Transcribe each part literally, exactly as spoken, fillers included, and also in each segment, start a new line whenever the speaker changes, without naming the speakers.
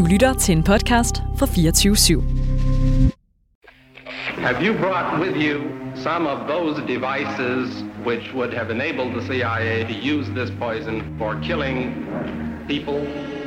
lytter til en podcast fra fireogtyve syv.
Have you brought with you some of those devices which would have enabled the C I A to use this poison for killing people?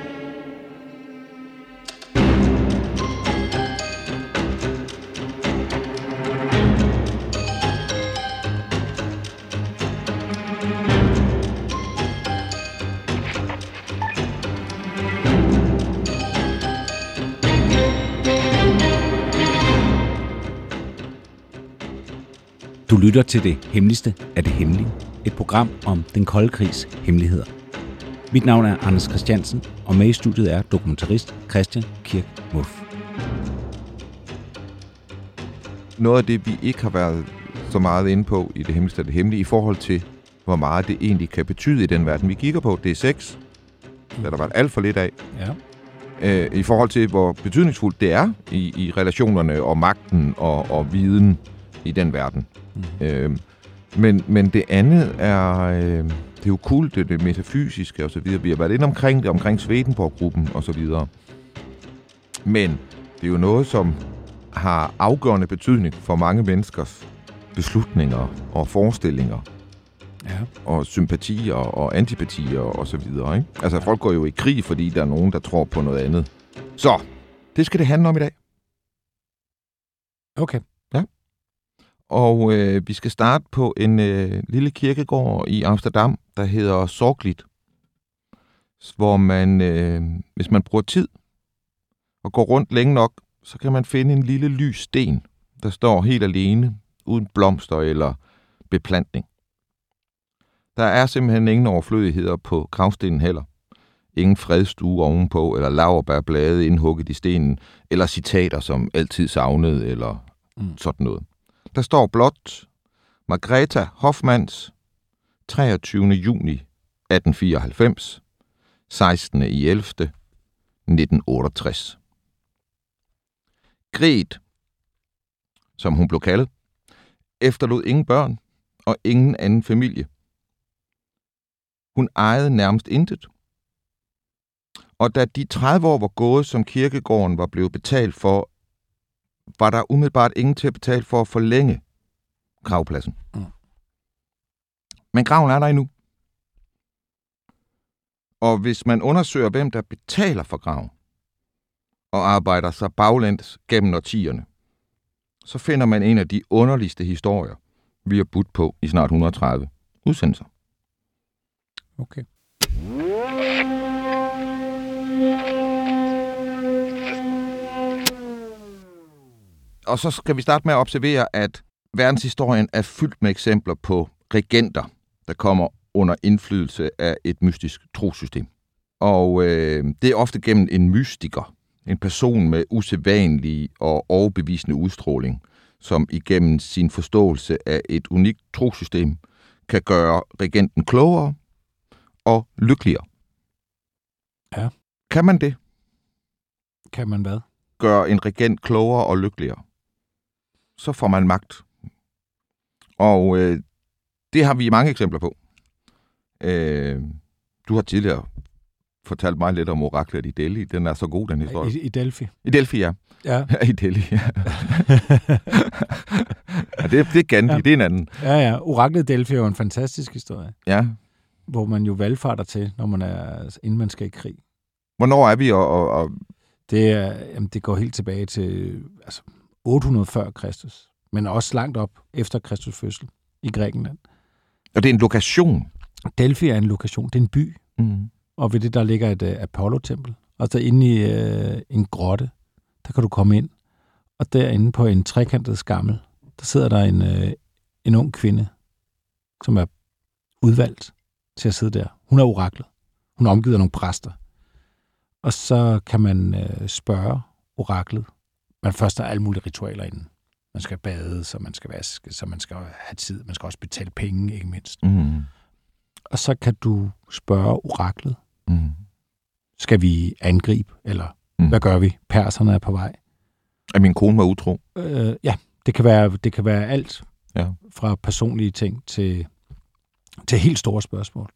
Du lytter til det hemmeligste af det hemmelige. Et program om den kolde krigs hemmeligheder. Mit navn er Anders Christiansen, og med i studiet er dokumentarist Christian Kirk Muff.
Noget af det, vi ikke har været så meget inde på i det hemmeligste af det hemmelige, i forhold til, hvor meget det egentlig kan betyde i den verden, vi kigger på, det er sex. Det har der været alt for lidt af.
Ja.
Øh, I forhold til, hvor betydningsfuldt det er i, i relationerne og magten og, og viden i den verden. Mm. Øh, men, men det andet er, øh, det er jo kult, det, det metafysiske og så videre. Vi har været inde omkring det, omkring Swedenborg-gruppen og så videre. Men det er jo noget, som har afgørende betydning for mange menneskers beslutninger og forestillinger. Ja. Og sympatier og antipatier og så videre. Ikke? Altså, folk går jo i krig, fordi der er nogen, der tror på noget andet. Så, det skal det handle om i dag.
Okay.
Ja. Og øh, vi skal starte på en øh, lille kirkegård i Amsterdam, der hedder Sorgligt. Hvor man, øh, hvis man bruger tid og går rundt længe nok, så kan man finde en lille lys sten, der står helt alene, uden blomster eller beplantning. Der er simpelthen ingen overflødigheder på gravstenen heller. Ingen fredstue ovenpå, eller laurbærblade indhugget i stenen, eller citater, som altid savnede, eller mm. sådan noget. Der står blot Margrethe Hoffmanns treogtyvende juni atten fireoghalvfems, sekstende ellevte nitten otteogtres. Gret, som hun blev kaldet, efterlod ingen børn og ingen anden familie. Hun ejede nærmest intet. Og da de tredive år var gået, som kirkegården var blevet betalt for, var der umiddelbart ingen til at betale for at forlænge gravpladsen. Mm. Men graven er der endnu. Og hvis man undersøger, hvem der betaler for graven, og arbejder sig baglæns gennem årtierne, så finder man en af de underligste historier, vi har budt på i snart et hundrede og tredive udsendelser.
Okay.
Og så skal vi starte med at observere, at verdenshistorien er fyldt med eksempler på regenter, der kommer under indflydelse af et mystisk trosystem. Og øh, det er ofte gennem en mystiker, en person med usædvanlig og overbevisende udstråling, som igennem sin forståelse af et unikt trosystem kan gøre regenten klogere og lykkeligere.
Ja.
Kan man det?
Kan man hvad?
Gøre en regent klogere og lykkeligere. Så får man magt. Og øh, det har vi mange eksempler på. Øh, du har tidligere fortalt mig lidt om oraklet i Delhi. Den er så god, den historie.
I, i Delphi?
I Delphi, ja.
Ja.
I Delhi, ja. ja det, det er Gandhi, ja. Det er en anden.
Ja, ja. Oraklet i Delphi er jo en fantastisk historie.
Ja.
Hvor man jo valgfarter til, når man er, inden man skal i krig.
Hvornår er vi? Og, og, og...
Det, er, jamen, det går helt tilbage til altså, otte hundrede før Kristus, men også langt op efter Kristus fødsel i Grækenland.
Og det er en lokation?
Delphi er en lokation. Det er en by.
Mm.
Og ved det, der ligger et uh, Apollo-tempel. Og så inde i uh, en grotte, der kan du komme ind. Og derinde på en trekantet skammel, der sidder der en, uh, en ung kvinde, som er udvalgt til at sidde der. Hun er oraklet. Hun er omgivet af nogle præster. Og så kan man øh, spørge oraklet. Man først har alle mulige ritualer inden. Man skal bade, så man skal vaske, så man skal have tid. Man skal også betale penge, ikke mindst.
Mm.
Og så kan du spørge oraklet.
Mm.
Skal vi angribe, eller
mm.
hvad gør vi? Perserne er på vej.
Er min kone var utro?
Øh, ja, det kan være, det kan være alt.
Ja.
Fra personlige ting til, til helt store spørgsmål.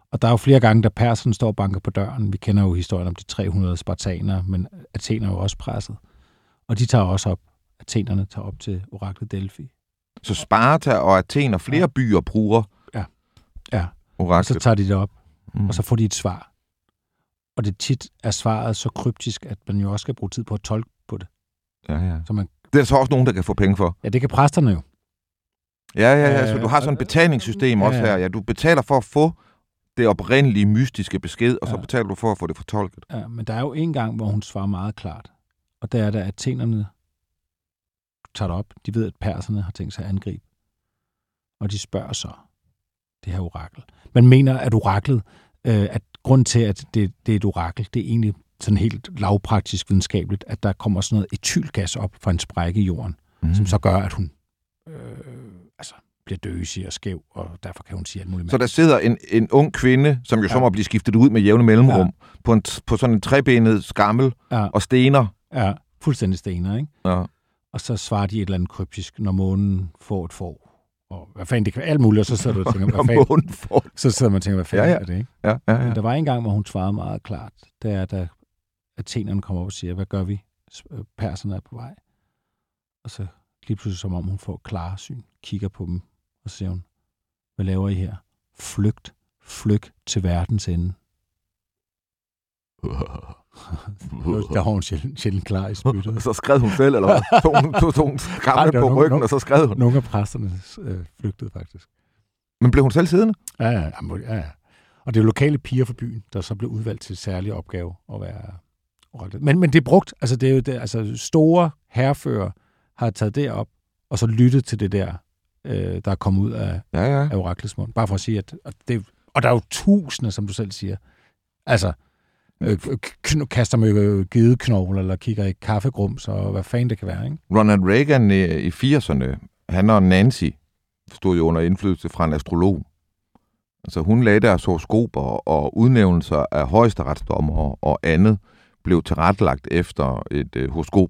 Og der er jo flere gange, da perserne står og banker på døren. Vi kender jo historien om de tre hundrede spartanere, men Athen er jo også presset. Og de tager også op, athenerne tager op til oraklet Delphi.
Så Sparta og Athen og flere ja. byer bruger
ja. Ja.
oraklet.
Og så tager de det op,
mm.
og så får de et svar. Og det tit er svaret så kryptisk, at man jo også skal bruge tid på at tolke på det.
Ja, ja.
Så man...
Det er så også nogen, der kan få penge for.
Ja, det kan præsterne jo.
Ja, ja, ja. Så du har sådan et betalingssystem også her. Ja, du betaler for at få det oprindelige mystiske besked, og så ja. betaler du for at få det fortolket.
Ja, men der er jo en gang, hvor hun svarer meget klart. Og der er der, at athenerne tager det op. De ved, at perserne har tænkt sig at angribe. Og de spørger så det her orakel. Man mener, at oraklet, øh, at grund til, at det, det er et orakel, det er egentlig sådan helt lavpraktisk videnskabeligt, at der kommer sådan noget etylgas op fra en sprække i jorden, mm. som så gør, at hun øh, altså, bliver døsig og skæv, og derfor kan hun sige alt muligt.
Så der sidder en, en ung kvinde, som jo ja. så må blive skiftet ud med jævne mellemrum, ja. på, en, på sådan en trebenet skammel
ja.
og stener.
Ja, fuldstændig stener, ikke?
Ja.
Og så svarer de et eller andet kryptisk, når månen får et får. Og hvad fanden, det kan være alt muligt, og så sidder du og tænker, hvad fanden, får... så sidder man og tænker, hvad fanden
ja, ja.
er det, ikke?
Ja, ja, ja.
Men der var en gang, hvor hun svarede meget klart. Det er, da athenerne kommer op og siger, hvad gør vi? Perserne er på vej. Og så lige pludselig, som om hun får klarsyn, kigger på dem, og så siger hun, hvad laver I her? Flygt, flygt til verdens ende. Der var hun sjældent, sjældent klar i spyttet.
Så skrev hun selv, eller hvad? Tog hun, tog, tog hun skamle på ryggen, nogen, og så skrev hun.
Nogle af præsterne øh, flygtede faktisk.
Men blev hun selv siddende?
Ja, ja, ja, ja. Og det er jo lokale piger fra byen, der så blev udvalgt til særlige opgave at være oraklet. Men, men det er brugt, altså det er jo det, altså store herrefører har taget det op, og så lyttet til det der, øh, der er kommet ud af,
ja, ja.
af oraklets mund. Bare for at sige, at, at det, og der er jo tusinder, som du selv siger, altså øh, kaster med gedeknogler, eller kigger i kaffegrums, og hvad fanden det kan være, ikke?
Ronald Reagan i, i firserne, han og Nancy stod jo under indflydelse fra en astrolog. Altså hun lagde deres horoskoper, og udnævnelser af højesteretsdommer og andet blev tilrettelagt efter et øh, horoskop.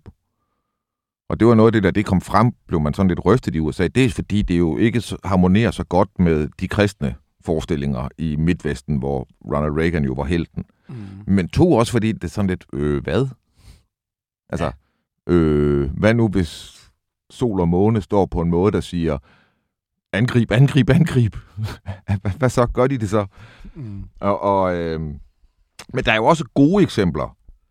Og det var noget af det, der det kom frem, blev man sådan lidt rystet i U S A. Det er fordi, det jo ikke harmonerer så godt med de kristne forestillinger i Midtvesten, hvor Ronald Reagan jo var helten. Mm. Men to også fordi, det er sådan lidt, øh, hvad? Altså, øh, hvad nu hvis sol og måne står på en måde, der siger, angrib, angrib, angrib. Hvad så? Gør de det så? Mm. Og, og, øh, men der er jo også gode eksempler.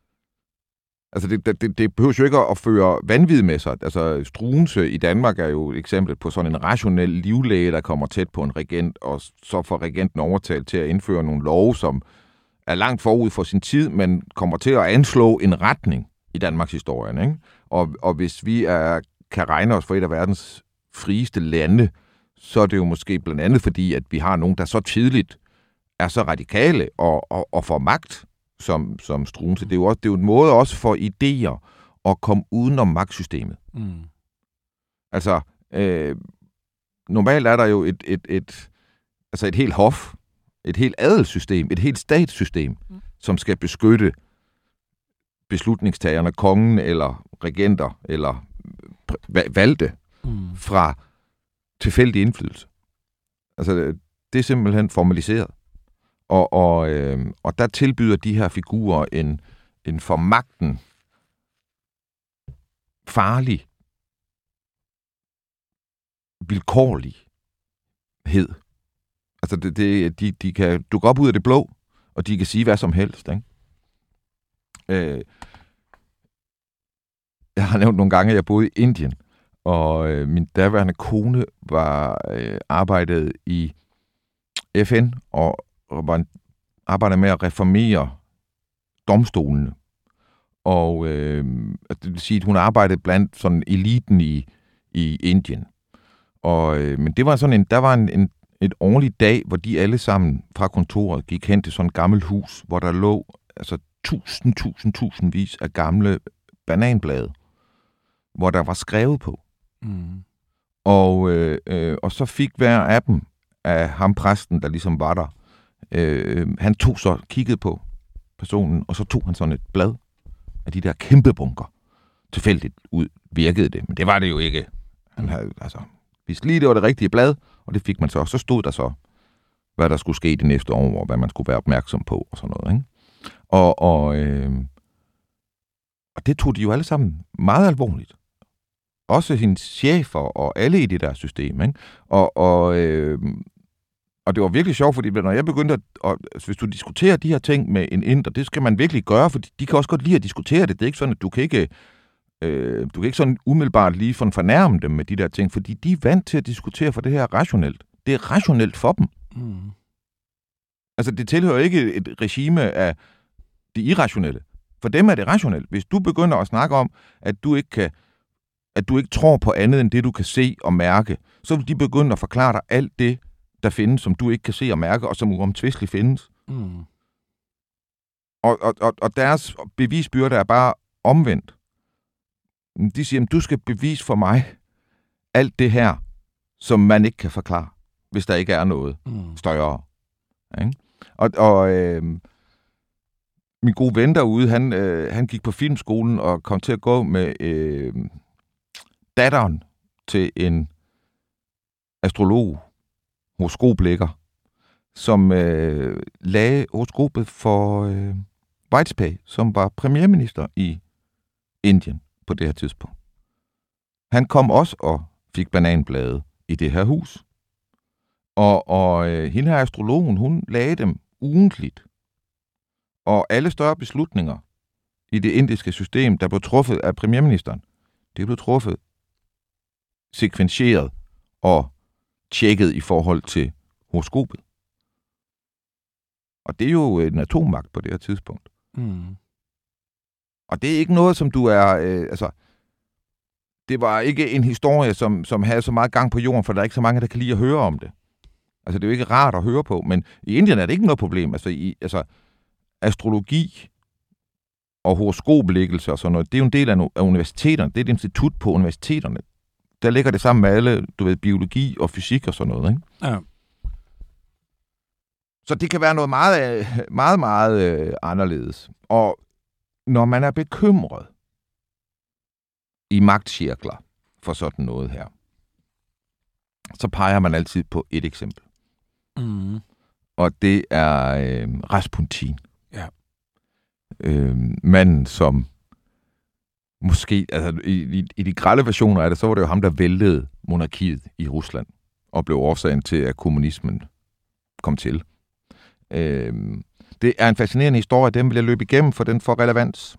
Altså, det, det, det behøver jo ikke at føre vanvid med sig. Altså, Struensee i Danmark er jo et eksempel på sådan en rationel livlæge, der kommer tæt på en regent, og så får regenten overtalt til at indføre nogle love, som er langt forud for sin tid, men kommer til at anslå en retning i Danmarks historien, ikke? Og, og hvis vi er, kan regne os for et af verdens frieste lande, så er det jo måske blandt andet fordi, at vi har nogen, der så tidligt er så radikale og, og, og får magt, som, som Struensee. Det er jo også, det er jo en måde også for idéer at komme udenom magtsystemet. Mm. Altså, øh, normalt er der jo et, et, et, altså et helt hof, et helt adelssystem, et helt statssystem, mm. som skal beskytte beslutningstagerne, kongen eller regenter eller valgte mm. fra tilfældig indflydelse. Altså, det er simpelthen formaliseret. Og, og, øh, og der tilbyder de her figurer en, en for magten farlig, vilkårlighed. Altså, det, det, de, de kan dukke op ud af det blå, og de kan sige hvad som helst, ikke? Øh, jeg har nævnt nogle gange, at jeg boede i Indien, og øh, min daværende kone var øh, arbejdet i F N, og, og var en, arbejdede med at reformere domstolene. Og øh, det vil sige, at hun arbejdede blandt sådan eliten i, i Indien. Og, øh, men det var sådan en, der var en, en, et årligt dag, hvor de alle sammen fra kontoret gik hen til sådan et gammelt hus, hvor der lå altså tusind, tusind, tusindvis af gamle bananblade, hvor der var skrevet på. Mm. Og, øh, øh, og så fik hver af dem, af ham præsten, der ligesom var der, øh, han tog så, kiggede på personen, og så tog han sådan et blad af de der kæmpe bunker. Tilfældigt ud virkede det, men det var det jo ikke. Han havde, altså, hvis lige det var det rigtige blad, og det fik man så, så stod der så hvad der skulle ske det næste år, og hvad man skulle være opmærksom på, og sådan noget, ikke? Og, og, øh, og det tog de jo alle sammen meget alvorligt. Også hendes chefer og alle i det der system, ikke? Og, og, øh, og det var virkelig sjovt, fordi når jeg begyndte at, og, altså, hvis du diskuterer de her ting med en inder, det skal man virkelig gøre, for de kan også godt lide at diskutere det. Det er ikke sådan, at du kan ikke, øh, du kan ikke sådan umiddelbart lige fornærme dem med de der ting, fordi de er vant til at diskutere for det her rationelt. Det er rationelt for dem. Mm. Altså, det tilhører ikke et regime af det irrationelle. For dem er det rationelt. Hvis du begynder at snakke om, at du ikke kan, at du ikke tror på andet end det, du kan se og mærke, så vil de begynde at forklare dig alt det, der findes, som du ikke kan se og mærke, og som uomtvisteligt findes. Mm. Og, og, og, og deres bevisbyrde er bare omvendt. De siger, at du skal bevise for mig alt det her, som man ikke kan forklare, hvis der ikke er noget mm. større. Ikke? Og, og øh, min gode ven derude, han, øh, han gik på filmskolen og kom til at gå med øh, datteren til en astrolog, horoskoplægger, som øh, lagde horoskopet for øh, Vajpayee, som var premierminister i Indien på det her tidspunkt. Han kom også og fik bananblade i det her hus. Og, og øh, hende her astrologen, hun lagde dem ugentligt. Og alle større beslutninger i det indiske system, der blev truffet af premierministeren, det blev truffet sekventieret og tjekket i forhold til horoskopet. Og det er jo en atommagt på det her tidspunkt. Mm. Og det er ikke noget, som du er... Øh, altså, det var ikke en historie, som, som havde så meget gang på jorden, for der er ikke så mange, der kan lide at høre om det. Altså, det er jo ikke rart at høre på, men i Indien er det ikke noget problem. Altså, i, altså astrologi og horoskoplæggelse og sådan noget, det er jo en del af, af universiteterne. Det er et institut på universiteterne. Der ligger det sammen med alle, du ved, biologi og fysik og sådan noget, ikke? Ja. Så det kan være noget meget, meget, meget øh, anderledes. Og når man er bekymret i magtcirkler for sådan noget her, så peger man altid på et eksempel. Mm. Og det er øh, Rasputin. Ja. Øh, manden, som måske, altså i, i, i de grelle versioner af det, så var det jo ham, der væltede monarkiet i Rusland, og blev årsagen til, at kommunismen kom til. Øh, det er en fascinerende historie, den vil jeg løbe igennem, for den får relevans.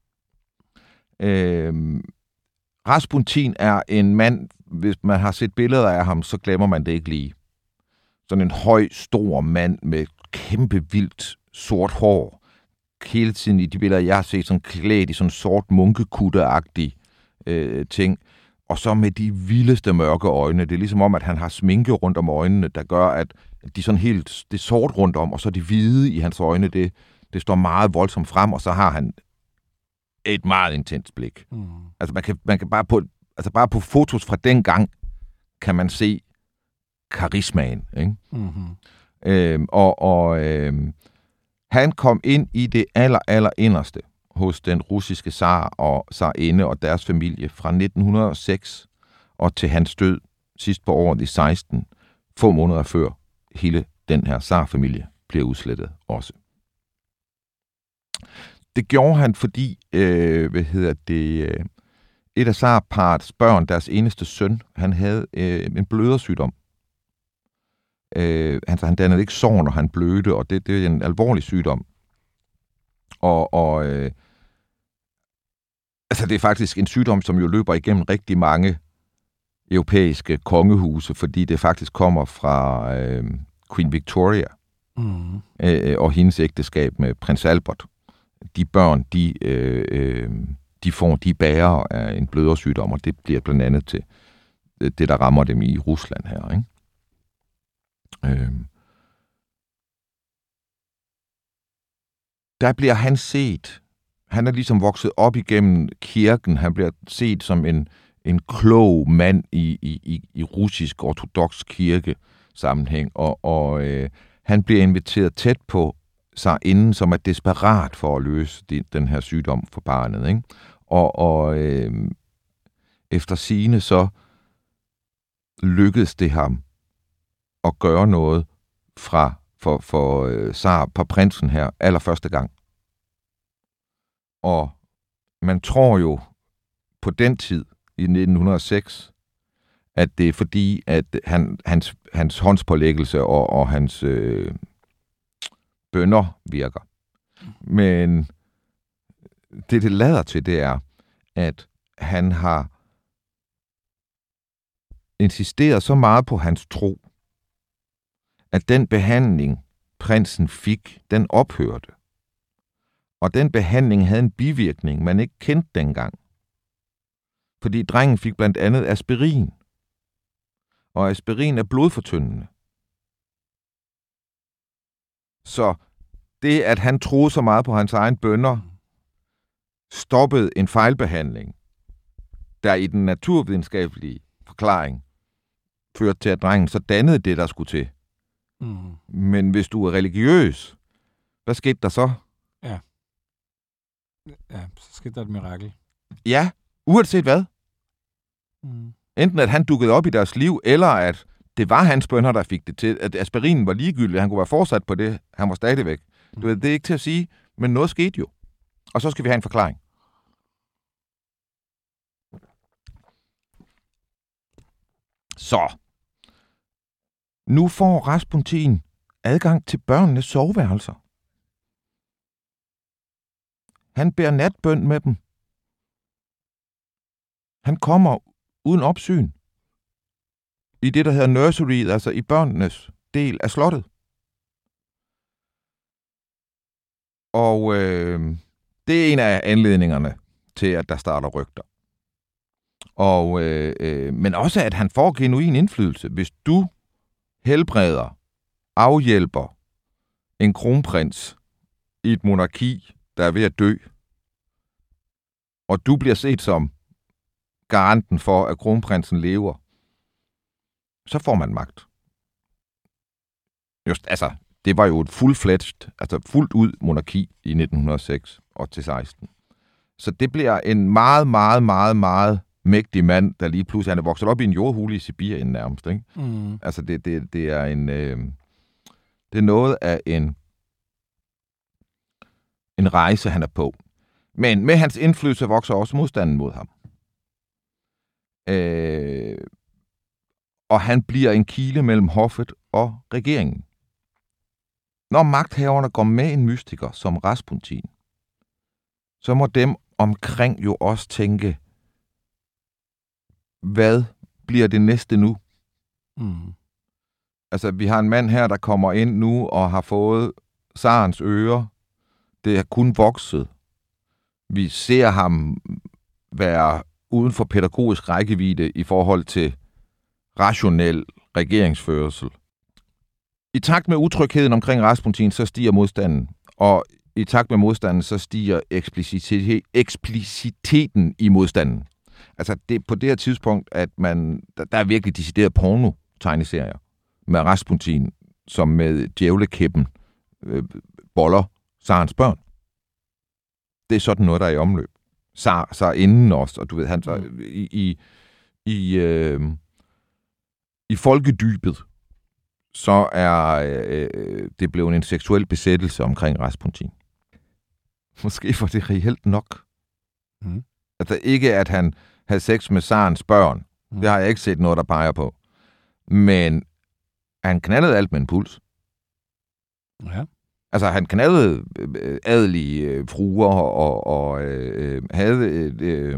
Øh, Rasputin er en mand, hvis man har set billeder af ham, så glemmer man det ikke lige. Sådan en høj, stor mand med kæmpe vildt sort hår. Hele tiden i de billeder, jeg har set, sådan klædt i sådan sort munkekutte-agtig øh, ting. Og så med de vildeste mørke øjne. Det er ligesom om, at han har sminke rundt om øjnene, der gør, at de sådan helt, det er sort rundt om, og så det hvide i hans øjne, det, det står meget voldsomt frem, og så har han et meget intens blik. Mm. Altså man kan, man kan bare på, altså bare på fotos fra den gang, kan man se karismaen, ikke? Mm-hmm. Øhm, og og øhm, han kom ind i det aller, aller inderste hos den russiske zar og zarinde og deres familie fra nitten hundrede og seks og til hans død sidst på året i seksten, få måneder før hele den her zarfamilie bliver udslettet også. Det gjorde han, fordi øh, hvad hedder det, øh, et af zarparets børn, deres eneste søn, han havde øh, en blødersygdom. Øh, han, han dannede ikke sår, når han blødte, og det, det er en alvorlig sygdom. Og, og øh, altså det er faktisk en sygdom, som jo løber igennem rigtig mange europæiske kongehuse, fordi det faktisk kommer fra øh, Queen Victoria mm. øh, og hendes ægteskab med prins Albert. De børn, de, øh, øh, de får, de bærer af en blødersygdom, og det bliver blandt andet til det, der rammer dem i Rusland her, ikke? Øh. Der bliver han set, han er ligesom vokset op igennem kirken, han bliver set som en, en klog mand i, i, i russisk ortodoks kirke sammenhæng, og, og øh, han bliver inviteret tæt på sig inden, som er desperat for at løse de, den her sygdom for barnet, ikke? Og, og øh, efter sigende så lykkedes det ham at gøre noget fra for, for øh, Tsar på prinsen her allerførste gang. Og man tror jo på den tid, i nitten hundrede og seks, at det er fordi, at han, hans, hans håndspålæggelse og, og hans øh, bønner virker. Men det, det lader til, det er, at han har insisteret så meget på hans tro, at den behandling, prinsen fik, den ophørte. Og den behandling havde en bivirkning, man ikke kendte dengang. Fordi drengen fik blandt andet aspirin. Og aspirin er blodfortyndende. Så det, at han troede så meget på hans egen bønner, stoppede en fejlbehandling, der i den naturvidenskabelige forklaring førte til, at drengen så dannede det, der skulle til. Mm. Men hvis du er religiøs, hvad skete der så?
Ja. Ja, så skete der et mirakel.
Ja, uanset hvad. Mm. Enten at han dukkede op i deres liv, eller at det var hans bønner, der fik det til. At aspirinen var ligegyldig, han kunne være fortsat på det. Han var stadigvæk. Mm. Du ved, det er ikke til at sige, men noget skete jo. Og så skal vi have en forklaring. Så. Nu får Rasputin adgang til børnenes soveværelser. Han beder natbøn med dem. Han kommer uden opsyn i det, der hedder nursery, altså i børnenes del af slottet. Og øh, det er en af anledningerne til, at der starter rygter. Og, øh, øh, men også, at han får genuin indflydelse. Hvis du helbreder, afhjælper en kronprins i et monarki, der er ved at dø, og du bliver set som garanten for, at kronprinsen lever, så får man magt. Just, altså, det var jo et full-fledged, altså fuldt ud monarki i nitten hundrede og seks og til seksten. Så det bliver en meget, meget, meget, meget mægtig mand, der lige pludselig, han er vokset op i en jordhule i Sibirien nærmest, ikke? Mm. Altså, det, det, det er en, øh, det er noget af en, en rejse, han er på. Men med hans indflydelse vokser også modstanden mod ham. Øh, og han bliver en kile mellem hoffet og regeringen. Når magthaverne går med en mystiker som Rasputin, så må dem omkring jo også tænke, hvad bliver det næste nu? Mm. Altså, vi har en mand her, der kommer ind nu og har fået tsarens øre. Det er kun vokset. Vi ser ham være uden for pædagogisk rækkevidde i forhold til rationel regeringsførsel. I takt med utrygheden omkring Rasputin, så stiger modstanden. Og i takt med modstanden, så stiger eksplicitet, ekspliciteten i modstanden. Altså, det er på det her tidspunkt, at man, der, der er virkelig decideret porno-tegneserier med Rasputin, som med djævlekæppen øh, boller tsarens børn. Det er sådan noget, der er i omløb. Tsar, tsar inden også, og du ved, han så i, i, i, øh, i folkedybet, så er øh, det blevet en seksuel besættelse omkring Rasputin. Måske var det reelt nok. Mm. Altså ikke, at han havde sex med tsarens børn. Mm. Det har jeg ikke set noget, der peger på. Men han knaldede alt med en puls.
Ja. Altså,
han knaldede øh, adelige øh, fruer og, og øh, havde... Øh,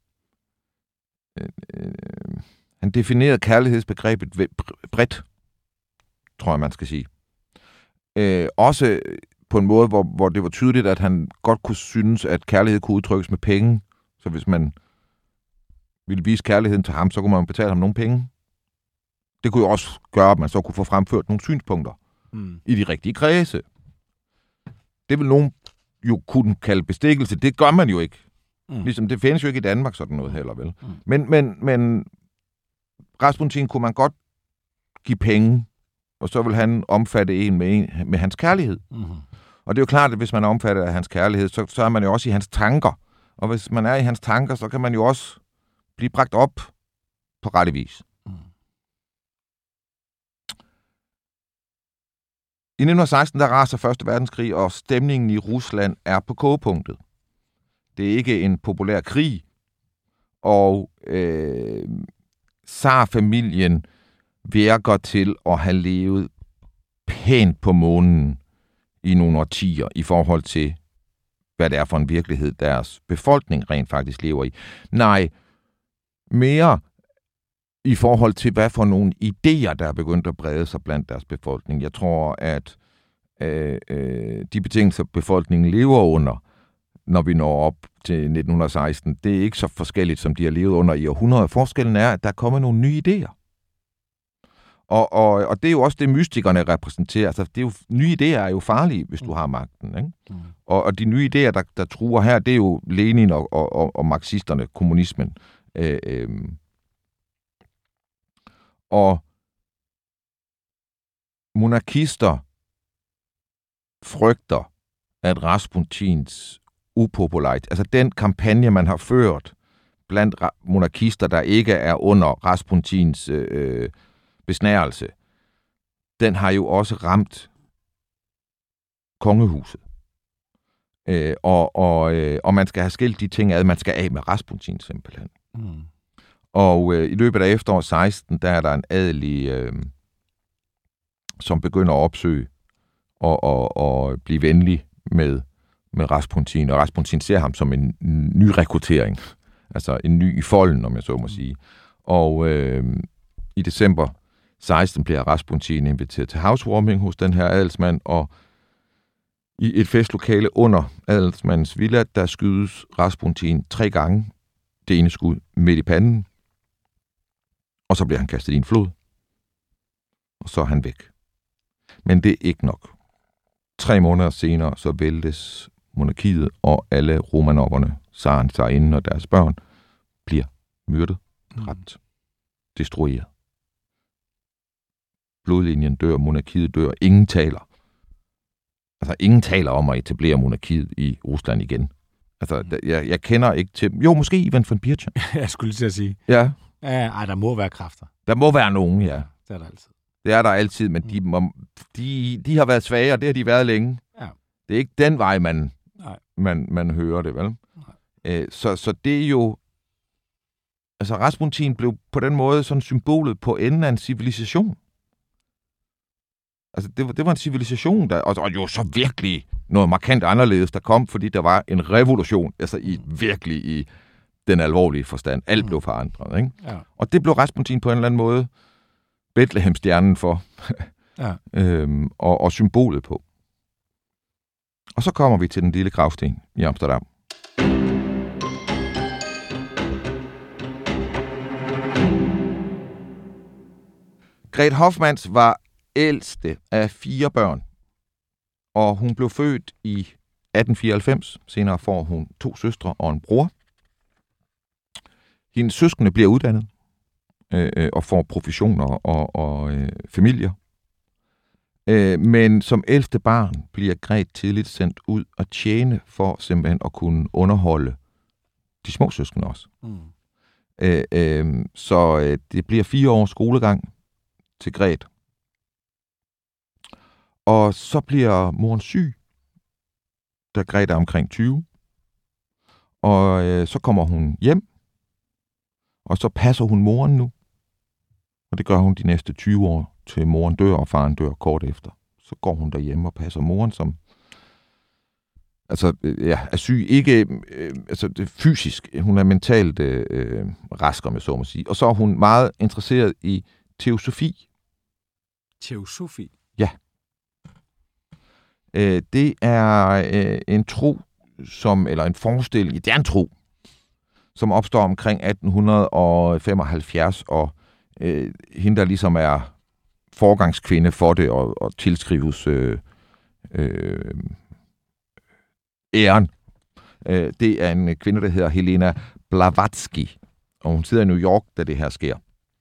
øh, øh, han definerede kærlighedsbegrebet bredt, tror jeg, man skal sige. Øh, også på en måde, hvor, hvor det var tydeligt, at han godt kunne synes, at kærlighed kunne udtrykkes med penge. Så hvis man ville vise kærligheden til ham, så kunne man betale ham nogle penge. Det kunne jo også gøre, at man så kunne få fremført nogle synspunkter mm. i de rigtige kredse. Det vil nogen jo kunne kalde bestikkelse. Det gør man jo ikke. Mm. Ligesom det findes jo ikke i Danmark sådan noget heller, vel? Mm. Men, men, men Rasputin kunne man godt give penge, og så vil han omfatte en med, en, med hans kærlighed. Mm. Og det er jo klart, at hvis man er omfattet af hans kærlighed, så, så er man jo også i hans tanker. Og hvis man er i hans tanker, så kan man jo også blive bragt op på rette vis. Mm. I nitten seksten, der raser første verdenskrig, og stemningen i Rusland er på kogepunktet. Det er ikke en populær krig, og øh, tsarfamilien virker til at have levet pænt på månen i nogle årtier i forhold til, hvad det er for en virkelighed, deres befolkning rent faktisk lever i. Nej, mere i forhold til, hvad for nogle idéer, der er begyndt at brede sig blandt deres befolkning. Jeg tror, at øh, øh, de betingelser, befolkningen lever under, når vi når op til nitten seksten, det er ikke så forskelligt, som de har levet under i århundreder. Forskellen er, at der kommer nogle nye idéer. Og, og, og det er jo også det, mystikerne repræsenterer. Altså, det er jo, nye idéer er jo farlige, hvis du har magten. Ikke? Mm. Og, og de nye idéer, der, der truer her, det er jo Lenin og, og, og, og marxisterne, kommunismen. Øh, øh. Og monarkister frygter, at Rasputins upopularitet, altså den kampagne, man har ført blandt monarkister, der ikke er under Rasputins øh, besnærelse, den har jo også ramt kongehuset. Øh, og, og, øh, og man skal have skilt de ting ad, man skal af med Rasputin simpelthen. Mm. Og øh, i løbet af efteråret seksten, der er der en adelig, øh, som begynder at opsøge og, og, og blive venlig med, med Rasputin. Og Rasputin ser ham som en ny rekruttering. Altså en ny i folden, om jeg så må sige. Og øh, i december seksten bliver Rasputin inviteret til housewarming hos den her adelsmand, og i et festlokale under adelsmandens villa, der skydes Rasputin tre gange. Det ene skud midt i panden, og så bliver han kastet i en flod, og så er han væk. Men det er ikke nok. Tre måneder senere, så væltes monarkiet, og alle Romanoverne, tsaren, tsarinden og deres børn, bliver myrdet, dræbt, destrueret. Blodlinjen dør, monarkiet dør, ingen taler. Altså, ingen taler om at etablere monarkiet i Rusland igen. Altså, jeg, jeg kender ikke til... Jo, måske Ivan von Birchen.
Jeg skulle lige til at sige.
Ja.
Ja, ej, der må være kræfter.
Der må være nogen, ja.
Det er der altid.
Det er der altid, men de, må, de, de har været svage, og det har de været længe.
Ja.
Det er ikke den vej, man,
Nej.
man, man hører det, vel? Æ, så, så det er jo... Altså, Rasputin blev på den måde sådan symbolet på enden af en civilisation. Altså, det var, det var en civilisation, der, og, og jo så virkelig noget markant anderledes, der kom, fordi der var en revolution, altså i virkelig i den alvorlige forstand. Alt blev forandret, ikke? Ja. Og det blev Rasputin på en eller anden måde Bethlehem-stjernen for, ja. øhm, og, og symbolet på. Og så kommer vi til den lille gravsten i Amsterdam. Grete Hofmans var ældste af fire børn, og hun blev født i atten fireoghalvfems. Senere får hun to søstre og en bror. Hendes søskende bliver uddannet øh, og får professioner og, og øh, familier. Øh, men som ældste barn bliver Grete tidligt sendt ud at tjene for simpelthen at kunne underholde de små søskende også. Mm. Øh, øh, så øh, det bliver fire års skolegang til Grete. Og så bliver moren syg, da Grete er omkring tyve. Og øh, så kommer hun hjem, og så passer hun moren nu. Og det gør hun de næste tyve år, til moren dør, og faren dør kort efter. Så går hun derhjemme og passer moren, som altså, øh, ja, er syg. Ikke øh, altså, det er fysisk, hun er mentalt øh, rask, om jeg så må sige. Og så er hun meget interesseret i teosofi.
Teosofi?
Ja. Øh, det er øh, en tro, som, eller en forestilling, det er en tro, som opstår omkring atten femoghalvfjerds, og øh, hende, der ligesom er forgangskvinde for det, og, og tilskrives øh, øh, æren. Øh, det er en kvinde, der hedder Helena Blavatsky, og hun sidder i New York, da det her sker.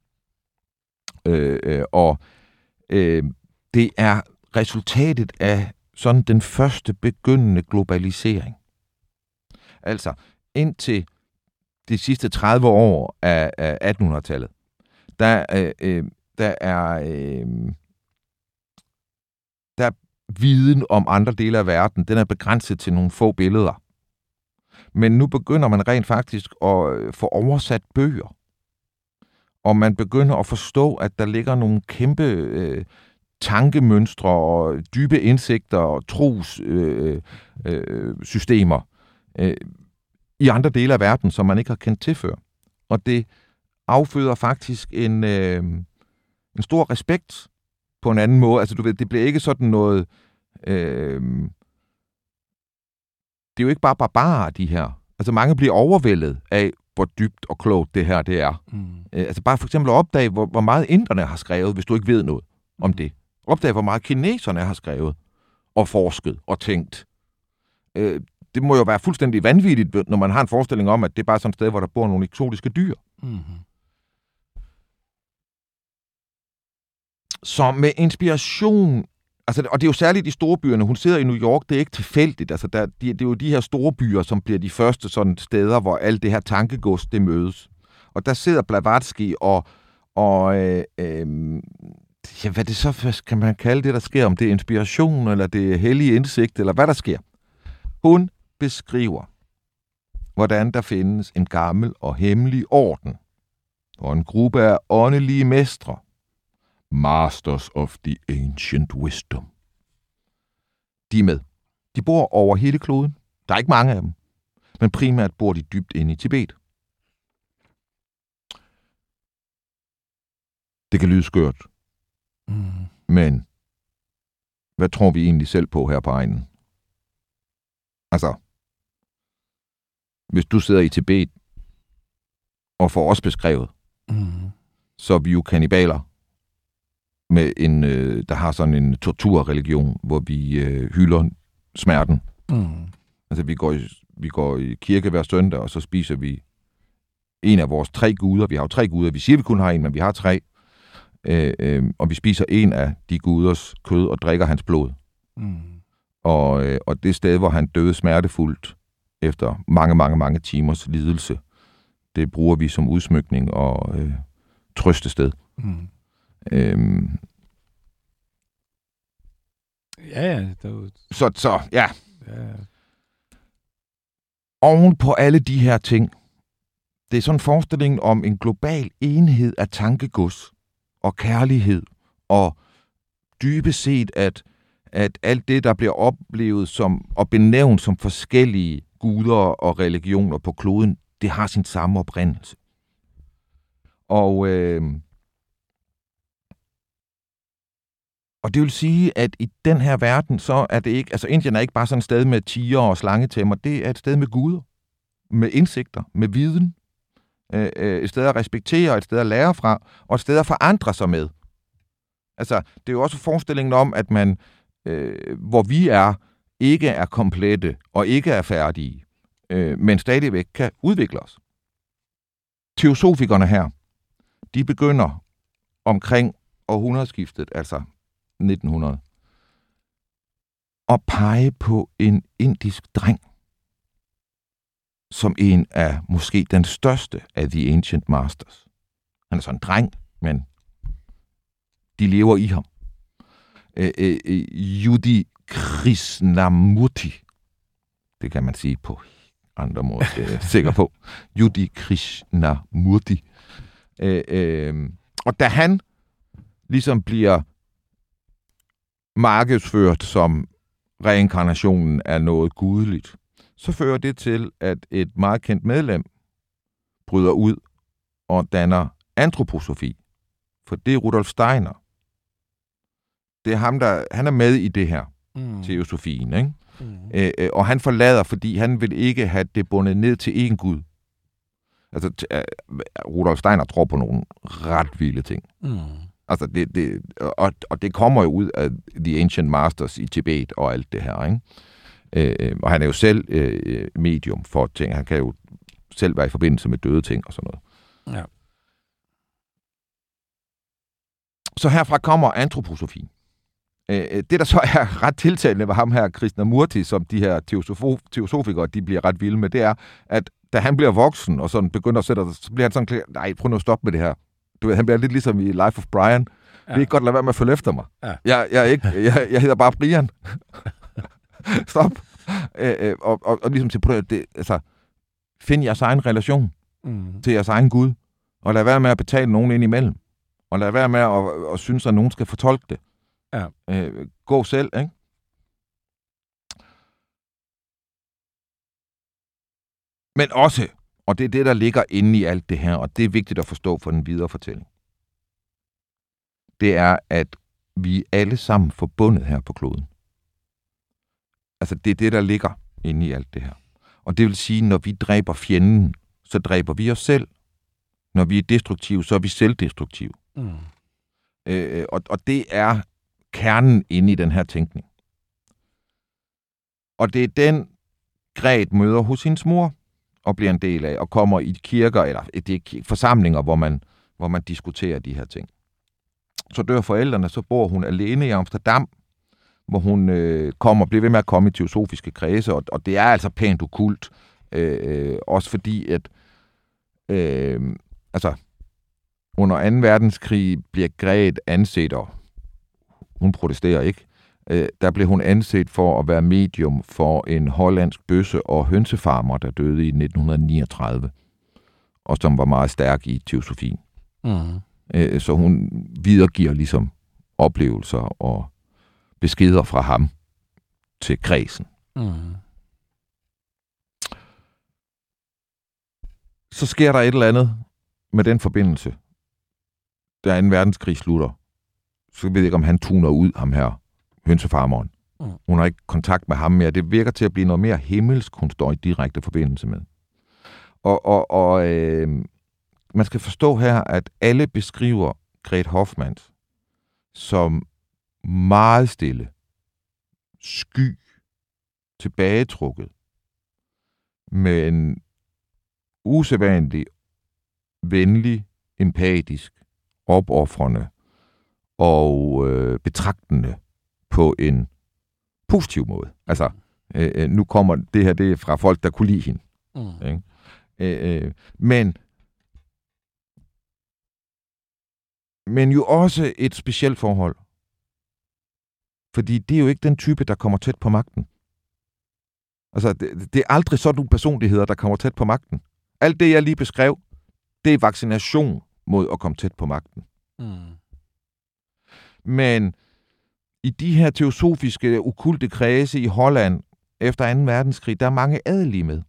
Øh, øh, og øh, det er resultatet af sådan den første begyndende globalisering. Altså, indtil de sidste tredive år af, af attenhundredetallet, der, øh, der er øh, der viden om andre dele af verden, den er begrænset til nogle få billeder. Men nu begynder man rent faktisk at få oversat bøger. Og man begynder at forstå, at der ligger nogle kæmpe øh, tankemønstre og dybe indsigter og trossystemer øh, øh, systemer, øh, i andre dele af verden, som man ikke har kendt til før. Og det afføder faktisk en, øh, en stor respekt på en anden måde. Altså, du ved, det bliver ikke sådan noget... Øh, det er jo ikke bare barbarer, de her. Altså, mange bliver overvældet af, hvor dybt og klogt det her det er. Mm. Øh, altså, bare for eksempel at opdage, hvor, hvor meget inderne har skrevet, hvis du ikke ved noget om det. Opdage, hvor meget kineserne har skrevet og forsket og tænkt. Øh, det må jo være fuldstændig vanvittigt, når man har en forestilling om, at det er bare sådan et sted, hvor der bor nogle eksotiske dyr. Mm-hmm. Så med inspiration, altså, og det er jo særligt de store byerne, hun sidder i New York, det er ikke tilfældigt, altså der, de, det er jo de her store byer, som bliver de første sådan steder, hvor alt det her tankegods, det mødes. Og der sidder Blavatsky og, og øh, øh, ja, hvad det så kan man kalde det, der sker, om det er inspiration, eller det er hellig indsigt, eller hvad der sker. Hun beskriver, hvordan der findes en gammel og hemmelig orden, og en gruppe af åndelige mestre, Masters of the Ancient Wisdom. De er med. De bor over hele kloden. Der er ikke mange af dem, men primært bor de dybt inde i Tibet. Det kan lyde skørt, mm. men hvad tror vi egentlig selv på her på egnen? Altså, hvis du sidder i Tibet og får os beskrevet, mm. så er vi jo kannibaler, med en, øh, der har sådan en torturreligion, hvor vi øh, hylder smerten. Mm. Altså, vi går, i, vi går i kirke hver søndag, og så spiser vi en af vores tre guder. Vi har jo tre guder. Vi siger, vi kun har en, men vi har tre. Øh, øh, og vi spiser en af de guders kød og drikker hans blod. Mm. Og, øh, og det sted, hvor han døde smertefuldt efter mange, mange, mange timers lidelse, det bruger vi som udsmykning og øh, trøstested. Mm. Øhm.
Ja, ja. Det var...
Så, så, ja. ja. Oven på alle de her ting, det er sådan en forestilling om en global enhed af tankegods og kærlighed, og dybest set, at, at alt det, der bliver oplevet som, og benævnt som forskellige guder og religioner på kloden, det har sin samme oprindelse. Og øh, Og det vil sige, at i den her verden, så er det ikke, altså Indien er ikke bare sådan et sted med tiger og slangetæmmer, det er et sted med guder, med indsigter, med viden, øh, et sted at respektere, et sted at lære fra, og et sted at forandre sig med. Altså, det er jo også forestillingen om, at man, øh, hvor vi er, ikke er komplette og ikke er færdige, øh, men stadigvæk kan udvikle os. Teosofikerne her, de begynder omkring århundredeskiftet, altså nitten hundrede, at pege på en indisk dreng, som en af måske den største af The Ancient Masters. Han er sådan en dreng, men de lever i ham. Øh, øh, Yudi Krishnamurti. Det kan man sige på andre måder, jeg er sikker på. Yudi Krishnamurti. Øh, øh, og da han ligesom bliver markedsført som reinkarnationen af noget gudeligt, så fører det til, at et meget kendt medlem bryder ud og danner antroposofi. For det er Rudolf Steiner. Det er ham, der han er med i det her, mm. teosofien, ikke? Mm. Æ, og han forlader, fordi han vil ikke have det bundet ned til én gud. Altså, t- uh, Rudolf Steiner tror på nogle ret vilde ting. Mm. Altså, det, det, og, og det kommer jo ud af The Ancient Masters i Tibet og alt det her, ikke? Øh, og han er jo selv øh, medium for ting. Han kan jo selv være i forbindelse med døde ting og sådan noget. Ja. Så herfra kommer antroposofi. Øh, det, der så er ret tiltalende ved ham her, Krishnamurti, som de her teosofo- teosofikere, de bliver ret vilde med, det er, at da han bliver voksen og sådan begynder at sætte, så bliver han sådan, nej, prøv nu at stoppe med det her. Du ved, han bliver lidt ligesom i Life of Brian. Ja. Vil I godt lade være med at følge efter mig?
Ja.
Jeg, jeg, er ikke, jeg, jeg hedder bare Brian. Stop. Øh, øh, og, og, og ligesom til prøve, det, altså, find jeres egen relation mm. til jeres egen Gud, og lad være med at betale nogen ind imellem. Og lad være med at, at, at synes, at nogen skal fortolke det.
Ja.
Øh, gå selv, ikke? Men også, og det er det, der ligger inde i alt det her, og det er vigtigt at forstå for den videre fortælling, det er, at vi er alle sammen forbundet her på kloden. Altså, det er det, der ligger inde i alt det her. Og det vil sige, når vi dræber fjenden, så dræber vi os selv. Når vi er destruktive, så er vi selvdestruktive. Mm. Øh, og, og det er kernen inde i den her tænkning. Og det er den, Gret møder hos hendes mor, og bliver en del af, og kommer i kirker, eller det er forsamlinger, hvor man, hvor man diskuterer de her ting. Så dør forældrene, så bor hun alene i Amsterdam, hvor hun øh, kommer og bliver ved med at komme i teosofiske kredse, og, og det er altså pænt okkult, øh, også fordi, at øh, altså, under anden verdenskrig bliver Gret anset, og hun protesterer ikke, øh, der blev hun anset for at være medium for en hollandsk bøsse- og hønsefarmer, der døde i nitten niogtredive, og som var meget stærk i teosofien. Mm. Øh, så hun videregiver ligesom oplevelser og beskeder fra ham til kredsen. Mm. Så sker der et eller andet med den forbindelse, da anden verdenskrig slutter. Så ved jeg ikke, om han tuner ud, ham her, hønsefarmeren. Mm. Hun har ikke kontakt med ham mere. Det virker til at blive noget mere himmelsk, hun står i direkte forbindelse med. Og, og, og øh, man skal forstå her, at alle beskriver Gret Hoffmanns som meget stille, sky, tilbagetrukket, men usædvanlig, venlig, empatisk, opoffrende og øh, betragtende på en positiv måde. Altså, øh, nu kommer det her, det er fra folk, der kunne lide hende. Mm. Ikke? Øh, øh, men men jo også et specielt forhold. Fordi det er jo ikke den type, der kommer tæt på magten. Altså, det, det er aldrig sådan nogle personligheder, der kommer tæt på magten. Alt det, jeg lige beskrev, det er vaccination mod at komme tæt på magten. Mm. Men i de her teosofiske, okkulte kredse i Holland efter anden verdenskrig, der er mange adelige med.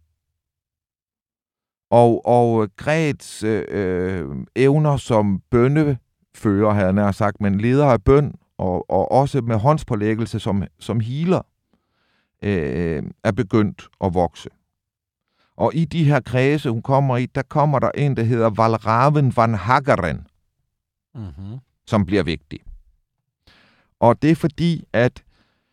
Og, og Grets øh, evner som bønnefører, havde jeg nær sagt, men leder af bøn, og, og også med håndspålæggelse som, som healer, øh, er begyndt at vokse. Og i de her kredse, hun kommer i, der kommer der en, der hedder Valraven van Haggeren, mm-hmm. som bliver vigtig. Og det er fordi, at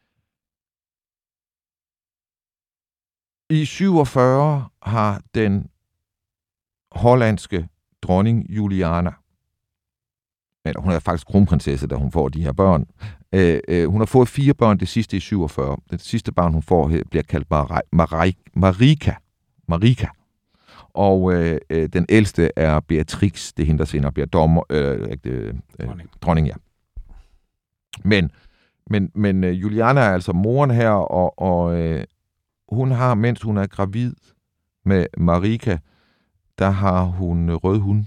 i syvogfyrre har den hollandske dronning Juliana, eller hun er faktisk kronprinsesse, da hun får de her børn. Øh, øh, hun har fået fire børn, det sidste i syvogfyrre. Det sidste barn, hun får, bliver kaldt Mar- Mar- Marika. Marika. Og øh, øh, den ældste er Beatrix, det er hende, der senere bliver dommer, øh, øh, øh, dronning. dronning, ja. Men, men, men øh, Juliana er altså moren her, og, og øh, hun har, mens hun er gravid med Marika, der har hun rød hund.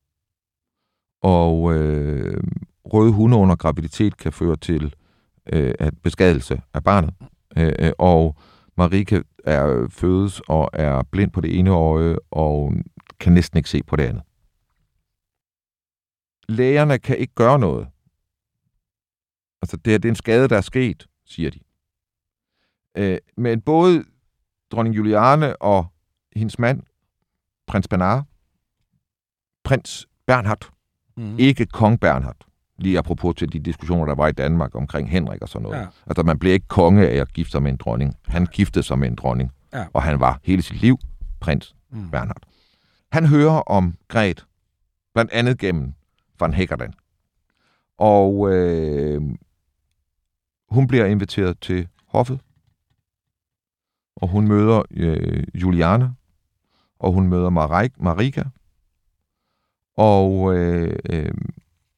Og øh, røde hunde under graviditet kan føre til øh, at beskadelse af barnet. Øh, og Marika er fødes og er blind på det ene øje og kan næsten ikke se på det andet. Lægerne kan ikke gøre noget. Altså, det er, det er en skade, der er sket, siger de. Øh, men både dronning Juliane og hendes mand, prins Bernard, prins Bernhard, mm. ikke kong Bernhard, lige apropos til de diskussioner, der var i Danmark omkring Henrik og sådan noget. Ja. Altså, man blev ikke konge af at gifte sig med en dronning. Han giftede sig med en dronning, ja. Og han var hele sit liv prins mm. Bernhard. Han hører om Gret, blandt andet gennem van Haggeren. Og øh, hun bliver inviteret til hoffet, og hun møder øh, Juliane, og hun møder Marika, og øh, øh,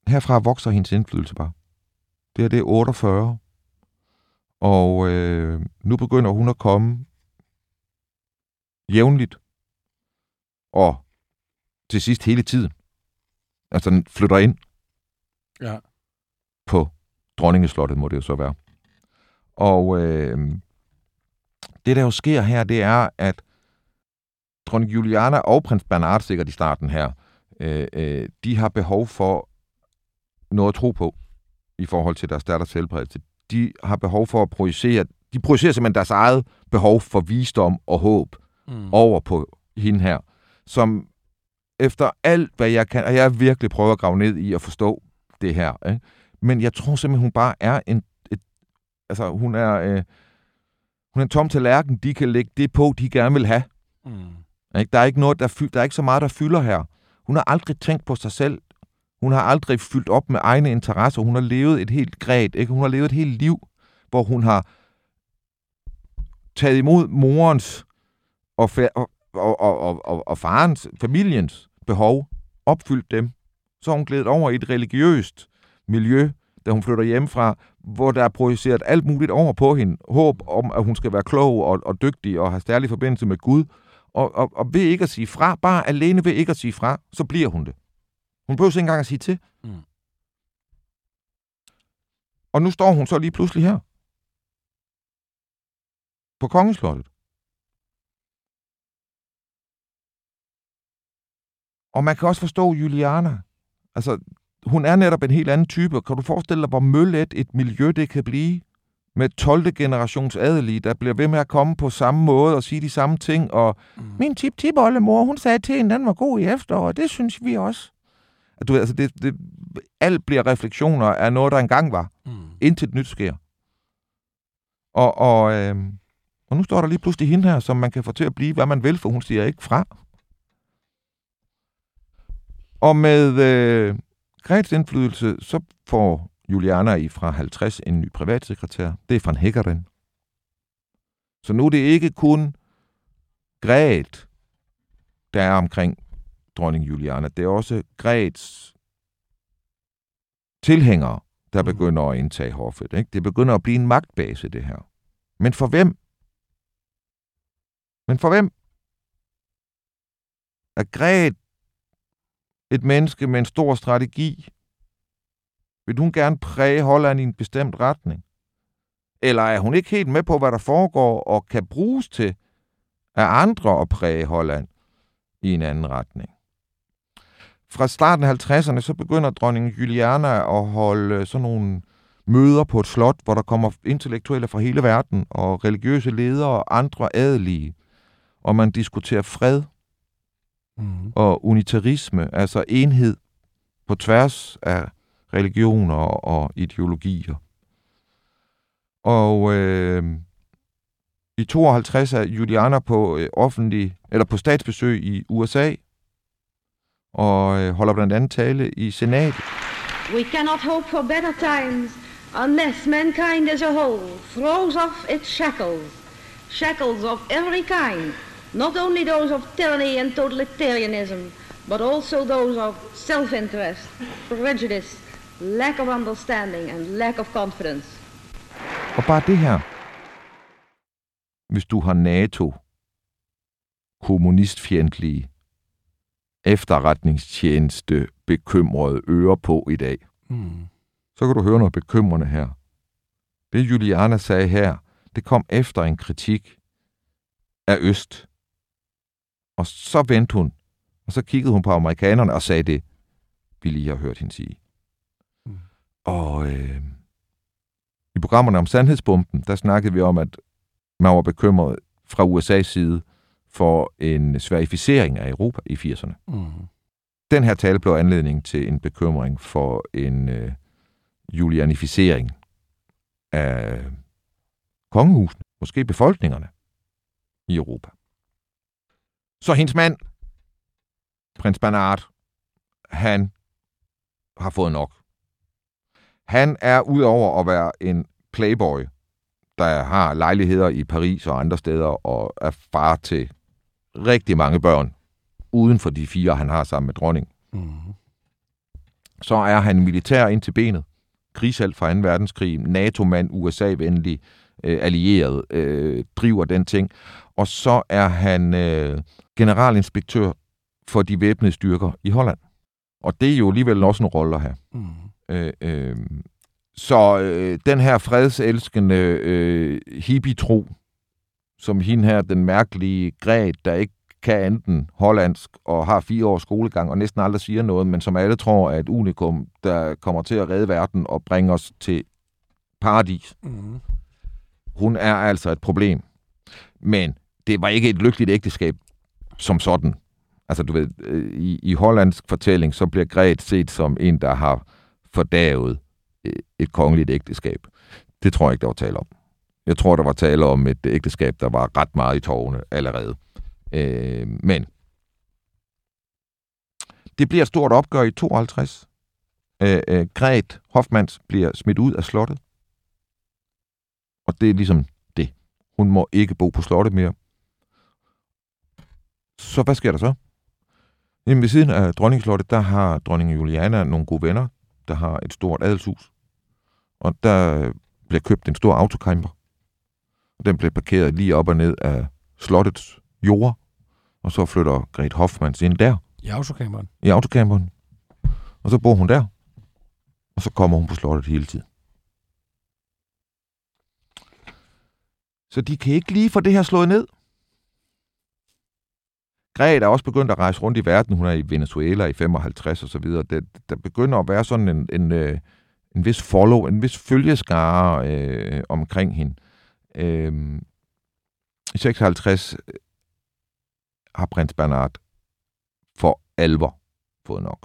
herfra vokser hendes indflydelse bare. Det her, det er otteogfyrre. Og øh, nu begynder hun at komme jævnligt. Og til sidst hele tiden. Altså den flytter ind.
Ja.
På Dronningeslottet, må det jo så være. Og øh, det, der jo sker her, det er, at dronning Juliana og prins Bernhard, sikkert i starten her, øh, øh, de har behov for noget at tro på i forhold til deres datters helbredelse. De har behov for at projicere, de projicerer simpelthen deres eget behov for visdom og håb mm. over på hende her, som efter alt, hvad jeg kan, og jeg virkelig prøver at grave ned i at forstå det her, ikke? Men jeg tror simpelthen, hun bare er en, et, altså hun er, øh, hun er en tom tallerken, de kan lægge det på, de gerne vil have. Mm. Ikke? Der er ikke noget, der, fylder, der er ikke så meget, der fylder her. Hun har aldrig tænkt på sig selv. Hun har aldrig fyldt op med egne interesser. Hun har levet et helt grædt, ikke? Hun har levet et helt liv, hvor hun har taget imod morens og, og, og, og, og, og farens, familiens behov, opfyldt dem. Så har hun glædet over i et religiøst miljø, da hun flytter hjemmefra, hvor der er projiceret alt muligt over på hende. Håb om, at hun skal være klog og, og dygtig og have stærlig forbindelse med Gud. Og, og, og ved ikke at sige fra, bare alene ved ikke at sige fra, så bliver hun det. Hun behøver ikke engang at sige til. Mm. Og nu står hun så lige pludselig her. På Kongeslottet. Og man kan også forstå Juliana. Altså, hun er netop en helt anden type. Kan du forestille dig, hvor møllet et miljø det kan blive? Med tolvte generations adelige, der bliver ved med at komme på samme måde og sige de samme ting. Og mm. min tip-tip-oldemor, hun sagde til hende, den var god i efteråret. Det synes vi også. At du ved, altså det, det, alt bliver refleksioner af noget, der engang var. Mm. Indtil et nyt sker. Og, og, øh, og nu står der lige pludselig hende her, som man kan få til at blive, hvad man vil, for hun siger ikke fra. Og med øh, Grets indflydelse, så får Juliana i fra halvtreds en ny privatsekretær. Det er van Heckeren. Så nu er det ikke kun Gret, der er omkring dronning Juliana. Det er også Grets tilhængere, der begynder at indtage hoffet. Ikke? Det begynder at blive en magtbase, det her. Men for hvem? Men for hvem? Er Gret et menneske med en stor strategi? Vil hun gerne præge Holland i en bestemt retning? Eller er hun ikke helt med på, hvad der foregår, og kan bruges til af andre at præge Holland i en anden retning? Fra starten af halvtredserne, så begynder dronning Juliana at holde sådan nogle møder på et slot, hvor der kommer intellektuelle fra hele verden, og religiøse ledere og andre adelige, og man diskuterer fred mm. og unitarisme, altså enhed på tværs af religioner og ideologier. Og øh, i tooghalvtreds er Juliana på øh, offentlig eller på statsbesøg i U S A og øh, holder blandt andet tale i senatet.
We cannot hope for better times unless mankind as a whole throws off its shackles, shackles of every kind, not only those of tyranny and totalitarianism, but also those of self-interest, prejudice, lack of understanding and lack of confidence.
Og bare det her. Hvis du har NATO, kommunistfjendtlige, efterretningstjeneste bekymrede ører på i dag, mm. så kan du høre noget bekymrende her. Det Juliana sagde her, det kom efter en kritik af Øst. Og så vendte hun, og så kiggede hun på amerikanerne og sagde det, vi lige har hørt hende sige. Mm. Og øh, i programmerne om Sandhedsbomben, der snakkede vi om, at man var bekymret fra U S A's side for en sverificering af Europa i firserne. Mm. Den her tale blev anledning til en bekymring for en øh, julianificering af kongehusene, måske befolkningerne i Europa. Så hendes mand, prins Bernhard, han har fået nok. Han er udover at være en playboy, der har lejligheder i Paris og andre steder, og er far til rigtig mange børn, uden for de fire, han har sammen med dronningen. Mm. Så er han militær ind til benet. Krigshelt fra anden verdenskrig. NATO-mand, U S A-venlig, øh, allieret, øh, driver den ting. Og så er han øh, generalinspektør for de væbnede styrker i Holland. Og det er jo alligevel også en rolle at have. Mm. Øh, øh, så øh, den her fredselskende øh, hippie-tro, som hende her, den mærkelige Gret, der ikke kan enten hollandsk og har fire års skolegang og næsten aldrig siger noget, men som alle tror er et unikum, der kommer til at redde verden og bringe os til paradis. Mm. Hun er altså et problem. Men det var ikke et lykkeligt ægteskab som sådan. Altså, du ved, i, i hollandsk fortælling, så bliver Gret set som en, der har fordavet et kongeligt ægteskab. Det tror jeg ikke, der var tale om. Jeg tror, der var tale om et ægteskab, der var ret meget i tårne allerede. Øh, men det bliver et stort opgør i tooghalvtreds. Øh, øh, Gret Hoffmanns bliver smidt ud af slottet. Og det er ligesom det. Hun må ikke bo på slottet mere. Så hvad sker der så? Jamen, ved siden af dronningslottet, der har dronning Juliana nogle gode venner, der har et stort adelshus. Og der bliver købt en stor autocamper. Og den bliver parkeret lige op og ned af slottets jord. Og så flytter Gret Hoffmanns ind der.
I autocamperen?
I autocamperen. Og så bor hun der. Og så kommer hun på slottet hele tiden. Så de kan ikke lige få det her slået ned. Gret er også begyndt at rejse rundt i verden. Hun er i Venezuela i femoghalvtreds og så videre. Det, der begynder at være sådan en, en, en, en vis follow, en vis følgeskare øh, omkring hende. Øh, I seksoghalvtreds har prins Bernhard for alvor fået nok.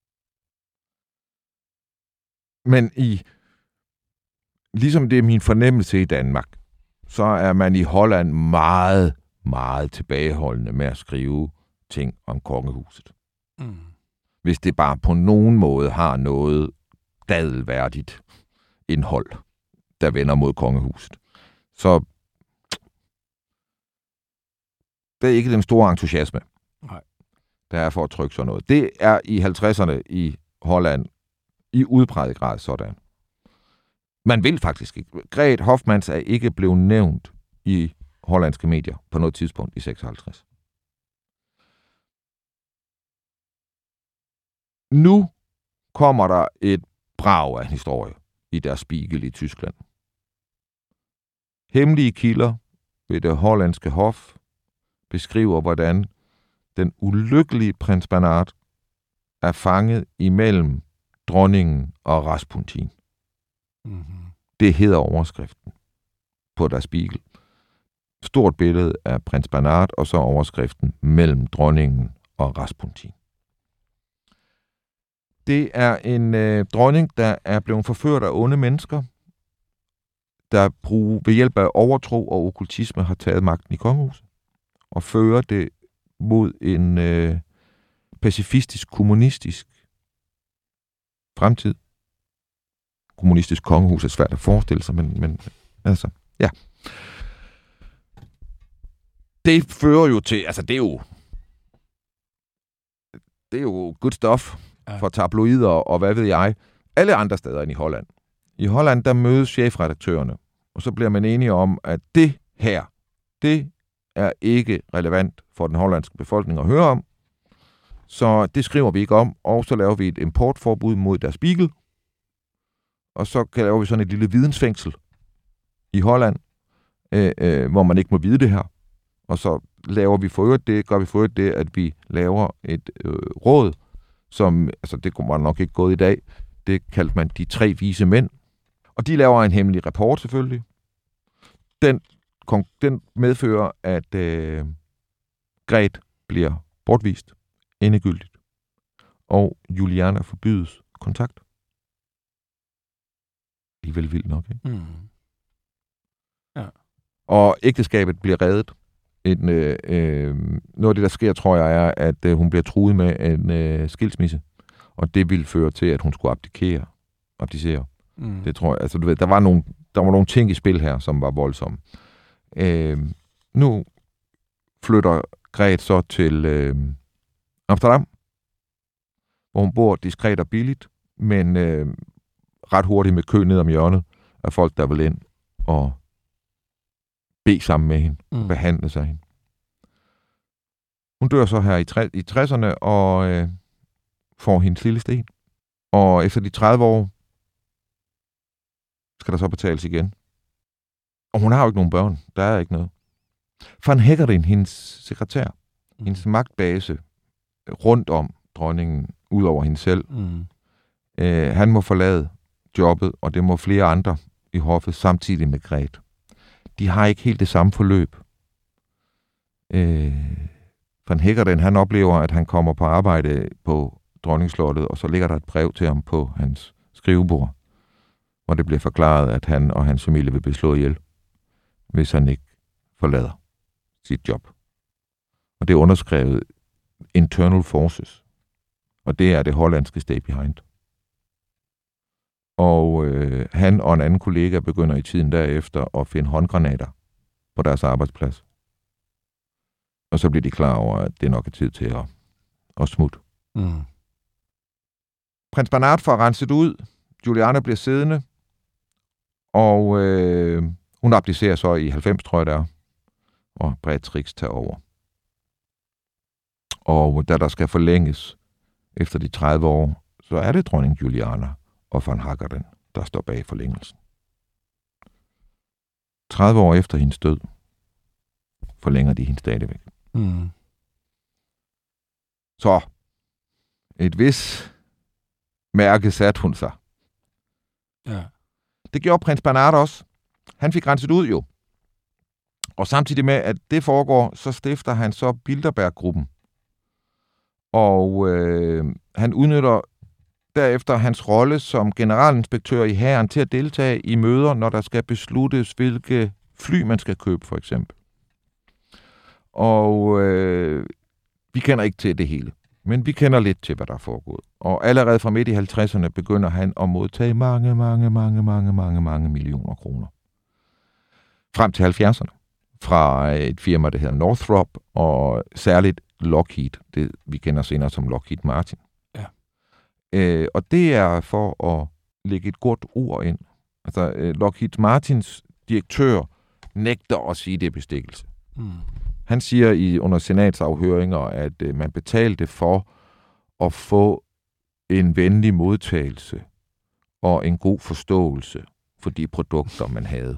Men i, ligesom det er min fornemmelse i Danmark, så er man i Holland meget, meget tilbageholdende med at skrive ting om kongehuset. Mm. Hvis det bare på nogen måde har noget dadelværdigt indhold, der vender mod kongehuset. Så det er ikke den store entusiasme,
Nej.
der er for at trykke sådan noget. Det er i halvtredserne i Holland i udpræget grad sådan. Man vil faktisk ikke. Gret Hoffmanns er ikke blevet nævnt i hollandske medier på noget tidspunkt i seksoghalvtreds. Nu kommer der et brag af historie i Der Spiegel i Tyskland. Hemmelige kilder ved det hollandske hof beskriver, hvordan den ulykkelige prins Bernhard er fanget imellem dronningen og Rasputin. Mm-hmm. Det hedder overskriften på Der Spiegel. Stort billede af prins Bernhard, og så overskriften mellem dronningen og Rasputin. Det er en øh, dronning, der er blevet forført af onde mennesker, der brug, ved hjælp af overtro og okkultisme har taget magten i kongehuset, og fører det mod en øh, pacifistisk, kommunistisk fremtid. Kommunistisk kongehus er svært at forestille sig, men, men altså, ja. Det fører jo til, altså det er jo, det er jo good stuff for tabloider og hvad ved jeg, alle andre steder end i Holland. I Holland, der mødes chefredaktørerne, og så bliver man enige om, at det her, det er ikke relevant for den hollandske befolkning at høre om, så det skriver vi ikke om, og så laver vi et importforbud mod Der Spiegel, og så laver vi sådan et lille vidensfængsel i Holland, øh, øh, hvor man ikke må vide det her. Og så laver vi for øvrigt det, gør vi for øvrigt det, at vi laver et øh, råd, som, altså det kunne man nok ikke gået i dag, det kaldte man de tre vise mænd. Og de laver en hemmelig rapport selvfølgelig. Den, den medfører, at øh, Gret bliver bortvist endegyldigt, og Juliana forbydes kontakt. Det er vel vildt nok, ikke? Mm. Ja. Og ægteskabet bliver reddet. En, øh, øh, noget af det, der sker, tror jeg, er, at øh, hun bliver truet med en øh, skilsmisse. Og det vil føre til, at hun skulle abdikere. Abdicere. Mm. Det tror jeg. Altså, du ved, der var, nogle, der var nogle ting i spil her, som var voldsomme. Øh, nu flytter Gret så til øh, Amsterdam, hvor hun bor diskret og billigt, men øh, ret hurtigt med kø ned om hjørnet af folk, der vil ind og bede sammen med hende, mm. behandle sig hende. Hun dør så her i, tre, i tresserne og øh, får hendes lille sten. Og efter de tredive år skal der så betales igen. Og hun har jo ikke nogen børn. Der er ikke noget. Van Heckerding, hendes sekretær, mm. hendes magtbase rundt om dronningen, ud over hende selv, mm. øh, han må forlade jobbet, og det må flere andre i hoffet, samtidig med Grethe. De har ikke helt det samme forløb. Øh, Van Heckerding, han oplever, at han kommer på arbejde på dronningslottet, og så ligger der et brev til ham på hans skrivebord, hvor det bliver forklaret, at han og hans familie vil blive slået ihjel, hvis han ikke forlader sit job. Og det er underskrevet Internal Forces, og det er det hollandske Stay Behind. Og øh, han og en anden kollega begynder i tiden derefter at finde håndgranater på deres arbejdsplads. Og så bliver de klar over, at det nok er tid til at, at smutte. Mm. Prins Bernhard får renset ud. Juliana bliver siddende. Og øh, hun abdicerer så i halvfems, tror jeg det er. Og Beatrix tager over. Og da der skal forlænges efter de tredive år, så er det dronning Juliana og Van Heckerding, der står bag forlængelsen. tredive år efter hendes død forlænger de hende stadigvæk. Mm. Så et vis mærke satte hun sig. Ja. Det gjorde prins Bernhard også. Han fik renset ud jo. Og samtidig med, at det foregår, så stifter han så Bilderberg-gruppen. Og øh, han udnytter derefter hans rolle som generalinspektør i hæren til at deltage i møder, når der skal besluttes, hvilke fly man skal købe, for eksempel. Og øh, vi kender ikke til det hele, men vi kender lidt til, hvad der er foregået. Og allerede fra midt i halvtredserne begynder han at modtage mange, mange, mange, mange, mange, mange millioner kroner. Frem til halvfjerdserne. Fra et firma, der hedder Northrop, og særligt Lockheed, det vi kender senere som Lockheed Martin. Ja. Øh, og det er for at lægge et godt ord ind. Altså, Lockheed Martins direktør nægter at sige, det er bestikkelse. Mm. Han siger i under senatsafhøringer, at øh, man betalte for at få en venlig modtagelse og en god forståelse for de produkter, man havde.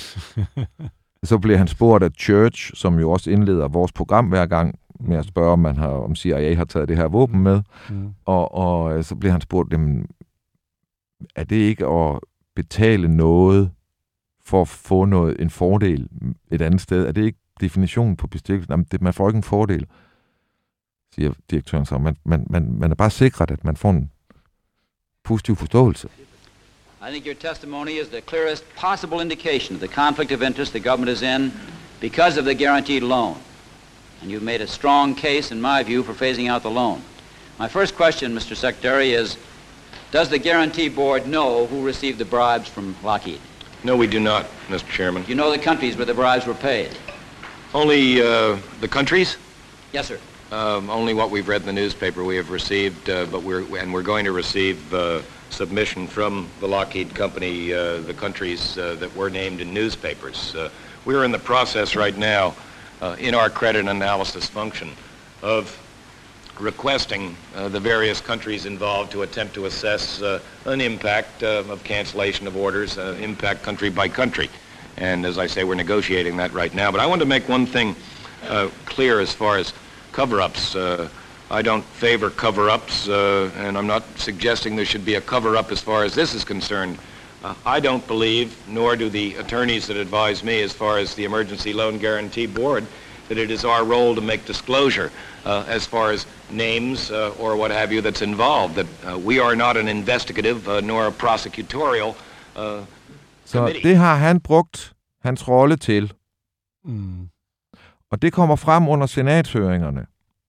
Så bliver han spurgt af Church, som jo også indleder vores program hver gang, med at spørge, om, man har, om C I A har taget det her våben med. Mm. Og, og så bliver han spurgt, jamen, er det ikke at betale noget for at få noget, en fordel et andet sted? Er det ikke definitionen på bestikkelse? Jamen, det, man får ikke en fordel, siger direktøren så. Man, man, man, man er bare sikret, at man får en positiv forståelse.
I think your testimony is the clearest possible indication of the conflict of interest the government is in because of the guaranteed loan. And you've made a strong case, in my view, for phasing out the loan. My first question, Mister Secretary, is does the guarantee board know who received the bribes from Lockheed?
No, we do not, Mister Chairman.
Do you know the countries where the bribes were paid?
Only uh, the countries?
Yes, sir.
Um, only what we've read in the newspaper we have received, uh, but we're and we're going to receive uh, submission from the Lockheed Company, uh, the countries uh, that were named in newspapers. Uh, we're in the process right now, uh, in our credit analysis function, of requesting uh, the various countries involved to attempt to assess uh, an impact uh, of cancellation of orders, uh, impact country by country. And as I say, we're negotiating that right now. But I want to make one thing uh, clear as far as cover-ups. Uh, I don't favor cover-ups, uh, and I'm not suggesting there should be a cover-up as far as this is concerned. Uh, I don't believe, nor do the attorneys that advise me as far as the Emergency Loan Guarantee Board, that it is our role to make disclosure uh, as far as names uh, or what have you that's involved. That uh, we are not an investigative uh, nor a prosecutorial uh,
Så
committee.
det har han brugt hans rolle til. Mm. Og det kommer frem under senatshøringerne.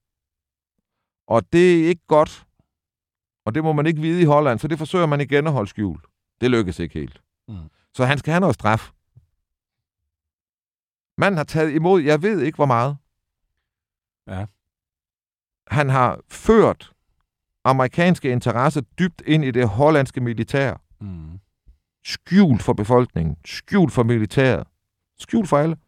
Og det er ikke godt. Og det må man ikke vide i Holland, så det forsøger man igen at holde skjult. Det lykkes ikke helt. Mm. Så han skal have noget straf. Manden har taget imod, jeg ved ikke hvor meget. Ja. Han har ført amerikanske interesser dybt ind i det hollandske militær.
Mm.
Skjult for befolkningen. Skjult for militæret. Skjult for alle.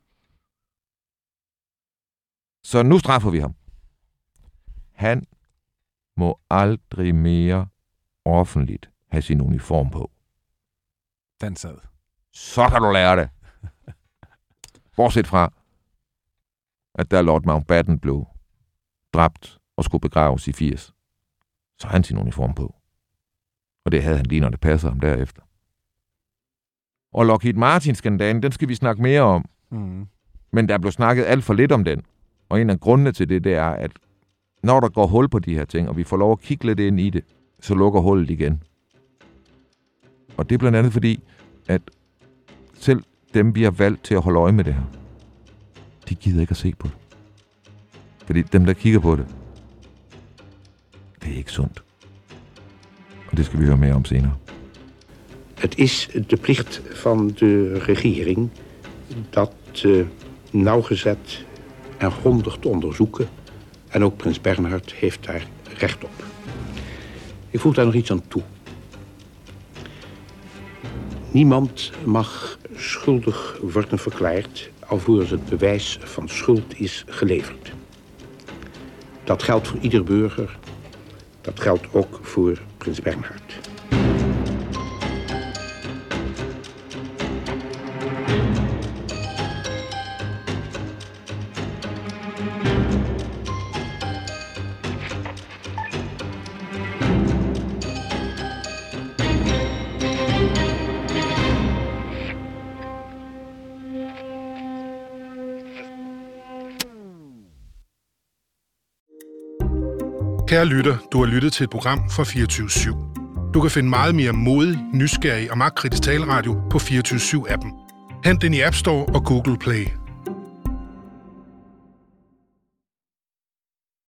Så nu straffer vi ham. Han må aldrig mere offentligt have sin uniform på.
Den sad.
Så kan du lære det. Bortset fra, at da Lord Mountbatten blev dræbt og skulle begraves i firs, så havde han sin uniform på. Og det havde han lige, når det passer ham derefter. Og Lockheed Martin-skandalen, den skal vi snakke mere om.
Mm.
Men der blev snakket alt for lidt om den. Og en af grundene til det, det er, at når der går hul på de her ting, og vi får lov at kigge lidt ind i det, så lukker hullet igen. Og det er blandt andet fordi, at selv dem, vi har valgt til at holde øje med det her, de gider ikke at se på det. Fordi dem, der kigger på det, det er ikke sundt. Og det skal vi høre mere om senere.
Het is de plicht van de regering dat uh, nauwgezet en grondig te onderzoeken. En ook prins Bernhard heeft daar recht op. Ik voeg daar nog iets aan toe. Niemand mag schuldig worden verklaard alvorens het bewijs van schuld is geleverd. Dat geldt voor ieder burger. Dat geldt ook voor prins Bernhard.
Kære lytter, du har lyttet til et program fra fireogtyve syv. Du kan finde meget mere modig, nysgerrig og magtkritisk taleradio på fireogtyve syv appen. Hent den i App Store og Google Play.